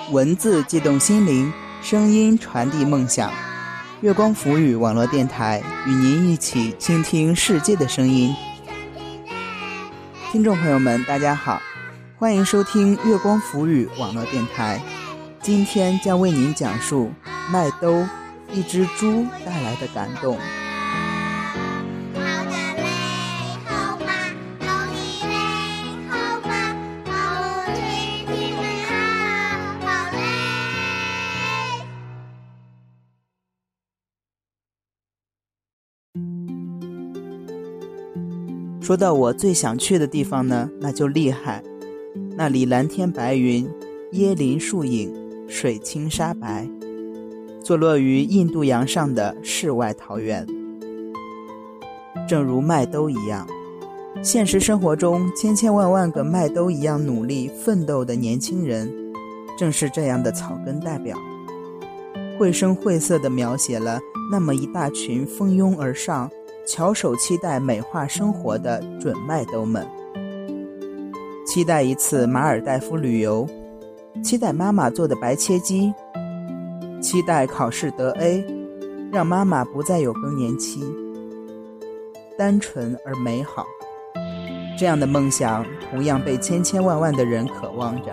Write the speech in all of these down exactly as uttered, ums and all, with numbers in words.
文字悸动心灵，声音传递梦想。月光浮语网络电台与您一起倾听世界的声音。听众朋友们，大家好，欢迎收听月光浮语网络电台。今天将为您讲述麦兜一只猪带来的感动。说到我最想去的地方呢，那就厉害。那里蓝天白云，椰林树影，水清沙白，坐落于印度洋上的世外桃源。正如麦兜一样，现实生活中千千万万个麦兜一样努力奋斗的年轻人，正是这样的草根代表，绘声绘色地描写了那么一大群蜂拥而上翘首期待美化生活的准麦兜们，期待一次马尔代夫旅游，期待妈妈做的白切鸡，期待考试得 A， 让妈妈不再有更年期。单纯而美好，这样的梦想同样被千千万万的人渴望着。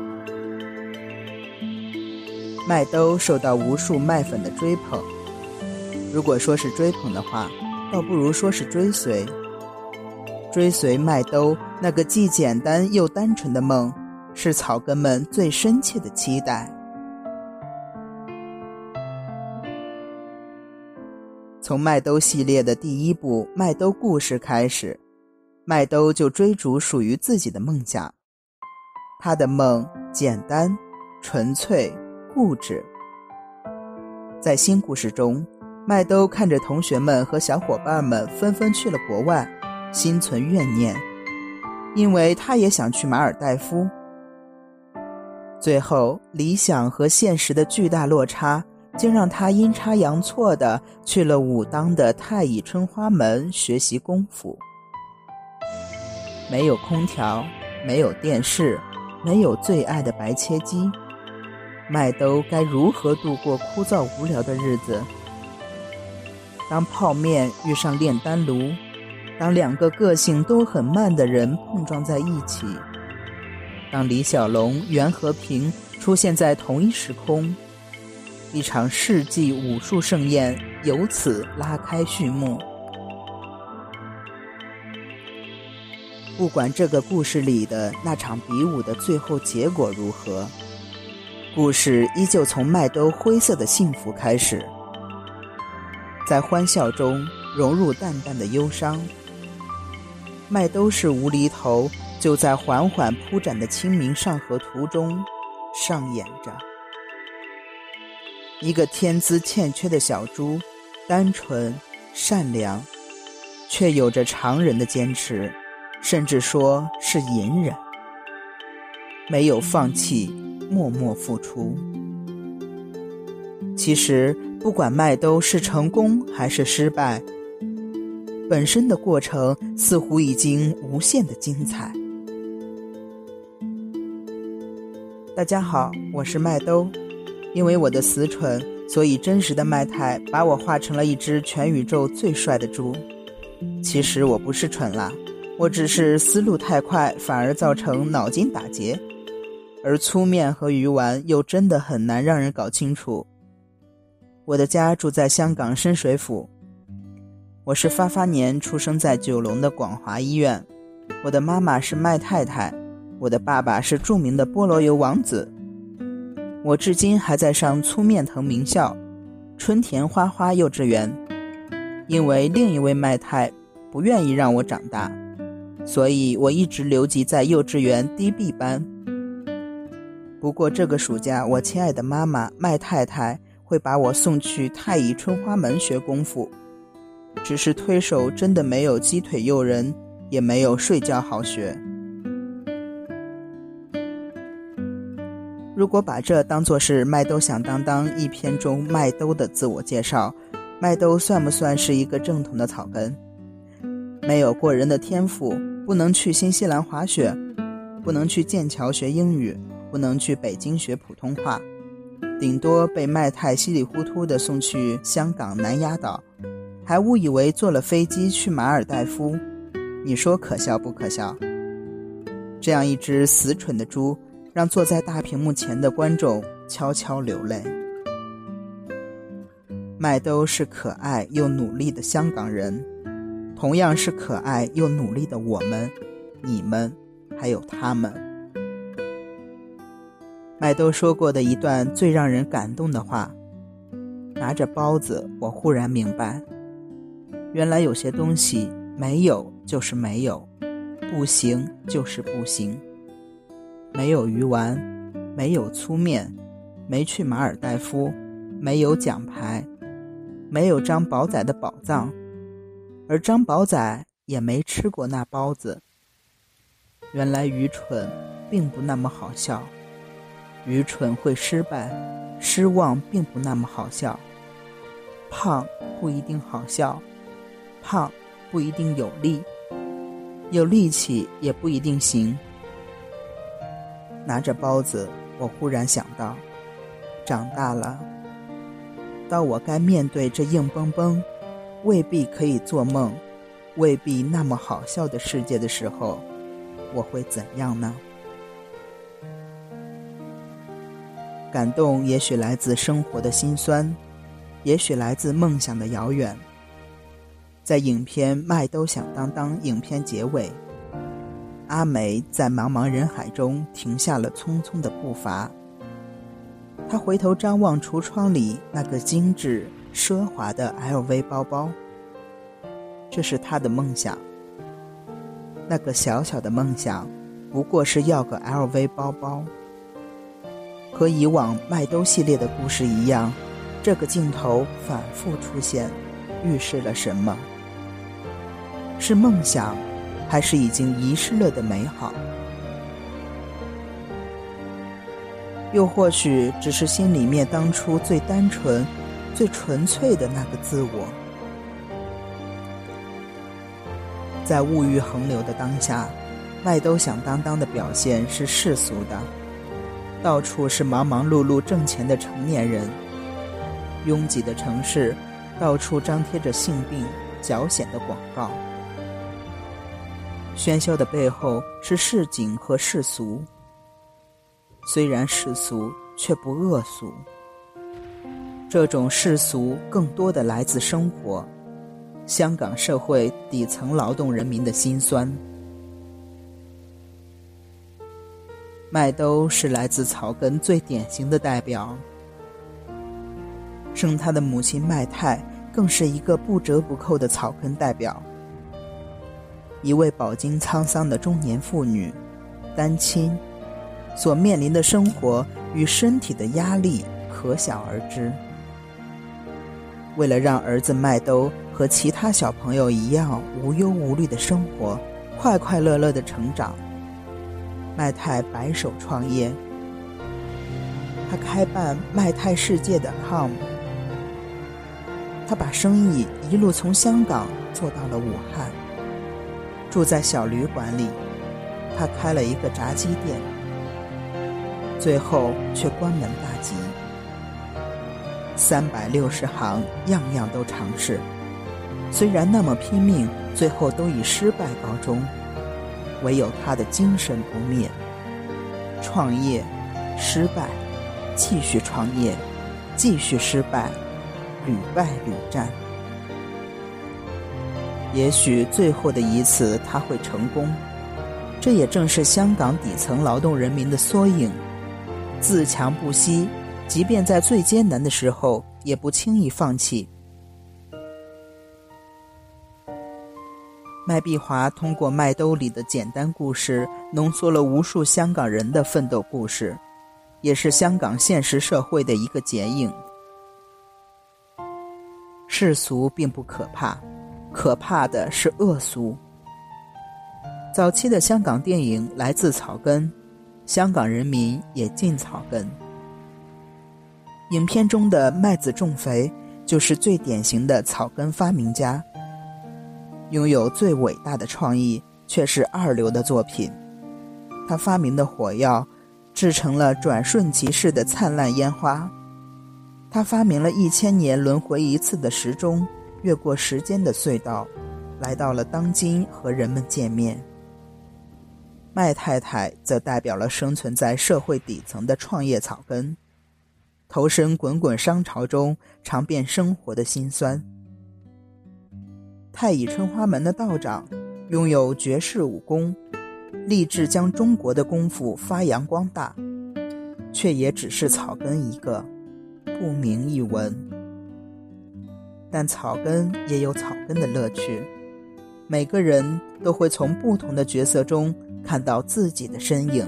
麦兜受到无数麦粉的追捧，如果说是追捧的话，倒不如说是追随。追随麦兜那个既简单又单纯的梦，是草根们最深切的期待。从麦兜系列的第一部麦兜故事开始，麦兜就追逐属于自己的梦想。他的梦简单、纯粹、固执。在新故事中，麦兜看着同学们和小伙伴们纷纷去了国外，心存怨念，因为他也想去马尔代夫。最后，理想和现实的巨大落差，竟让他阴差阳错地去了武当的太乙春花门学习功夫。没有空调，没有电视，没有最爱的白切鸡，麦兜该如何度过枯燥无聊的日子？当泡面遇上炼丹炉，当两个个性都很慢的人碰撞在一起，当李小龙、袁和平出现在同一时空，一场世纪武术盛宴由此拉开序幕。不管这个故事里的那场比武的最后结果如何，故事依旧从麦兜灰色的幸福开始，在欢笑中融入淡淡的忧伤。麦兜市无厘头就在缓缓铺展的清明上河图中上演着。一个天资欠缺的小猪，单纯善良，却有着常人的坚持，甚至说是隐忍，没有放弃，默默付出。其实不管麦兜是成功还是失败，本身的过程似乎已经无限的精彩。大家好，我是麦兜。因为我的死蠢，所以真实的麦太把我画成了一只全宇宙最帅的猪。其实我不是蠢啦，我只是思路太快，反而造成脑筋打结，而粗面和鱼丸又真的很难让人搞清楚。我的家住在香港深水埗，我是发发年出生在九龙的广华医院。我的妈妈是麦太太，我的爸爸是著名的菠萝油王子。我至今还在上粗面藤名校春田花花幼稚园，因为另一位麦太不愿意让我长大，所以我一直留级在幼稚园 D B 班。不过这个暑假，我亲爱的妈妈麦太太会把我送去太乙春花门学功夫，只是推手真的没有鸡腿诱人，也没有睡觉好学。如果把这当作是麦兜响当当一篇中麦兜的自我介绍，麦兜算不算是一个正统的草根？没有过人的天赋，不能去新西兰滑雪，不能去剑桥学英语， 不能去北京学普通话，顶多被麦太稀里糊涂地送去香港南丫岛，还误以为坐了飞机去马尔代夫。你说可笑不可笑？这样一只死蠢的猪，让坐在大屏幕前的观众悄悄流泪。麦兜是可爱又努力的香港人，同样是可爱又努力的我们、你们，还有他们。麦兜说过的一段最让人感动的话，拿着包子，我忽然明白，原来有些东西没有就是没有，不行就是不行。没有鱼丸，没有粗面，没去马尔代夫，没有奖牌，没有张宝仔的宝藏，而张宝仔也没吃过那包子。原来愚蠢并不那么好笑，愚蠢会失败，失望并不那么好笑，胖不一定好笑，胖不一定有力，有力气也不一定行。拿着包子，我忽然想到，长大了，到我该面对这硬邦邦，未必可以做梦，未必那么好笑的世界的时候，我会怎样呢？感动也许来自生活的辛酸，也许来自梦想的遥远。在影片《麦兜响当当》影片结尾，阿梅在茫茫人海中停下了匆匆的步伐，她回头张望橱窗里那个精致奢华的 L V 包包，这是她的梦想。那个小小的梦想不过是要个 L V 包包。和以往麦兜系列的故事一样，这个镜头反复出现，预示了什么？是梦想，还是已经遗失了的美好？又或许只是心里面当初最单纯、最纯粹的那个自我。在物欲横流的当下，麦兜响当当的表现是世俗的，到处是忙忙碌碌挣钱的成年人，拥挤的城市，到处张贴着性病、脚癣的广告。喧嚣的背后是市井和世俗，虽然世俗，却不恶俗。这种世俗更多的来自生活，香港社会底层劳动人民的辛酸。麦兜是来自草根最典型的代表，生他的母亲麦太更是一个不折不扣的草根代表。一位饱经沧桑的中年妇女，单亲，所面临的生活与身体的压力可想而知。为了让儿子麦兜和其他小朋友一样无忧无虑的生活，快快乐乐的成长，麦太白手创业。他开办麦太世界的 com， 他把生意一路从香港做到了武汉。住在小旅馆里，他开了一个炸鸡店，最后却关门大吉。三百六十行，样样都尝试，虽然那么拼命，最后都以失败告终。唯有他的精神不灭，创业，失败，继续创业，继续失败，屡败屡战。也许最后的一次他会成功，这也正是香港底层劳动人民的缩影，自强不息，即便在最艰难的时候也不轻易放弃。麦碧华通过麦兜里的简单故事，浓缩了无数香港人的奋斗故事，也是香港现实社会的一个剪影。世俗并不可怕，可怕的是恶俗。早期的香港电影来自草根，香港人民也进草根。影片中的麦子种肥就是最典型的草根发明家，拥有最伟大的创意，却是二流的作品。他发明的火药制成了转瞬即逝的灿烂烟花。他发明了一千年轮回一次的时钟，越过时间的隧道，来到了当今和人们见面。麦太太则代表了生存在社会底层的创业草根，投身滚滚商潮中尝遍生活的辛酸。太乙春花门的道长拥有绝世武功，立志将中国的功夫发扬光大，却也只是草根一个，不名一文。但草根也有草根的乐趣，每个人都会从不同的角色中看到自己的身影。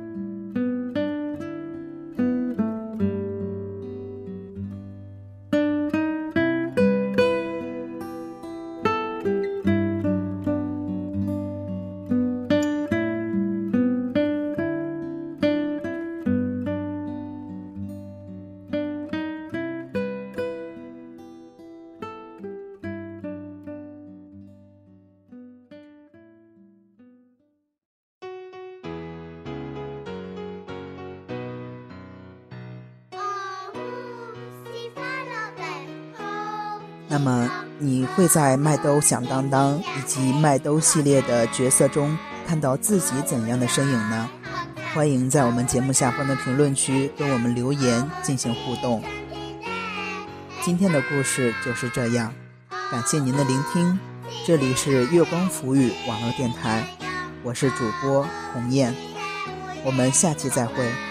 那么你会在麦兜响当当以及麦兜系列的角色中看到自己怎样的身影呢？欢迎在我们节目下方的评论区跟我们留言进行互动。今天的故事就是这样，感谢您的聆听，这里是月光浮语网络电台，我是主播鸿雁，我们下期再会。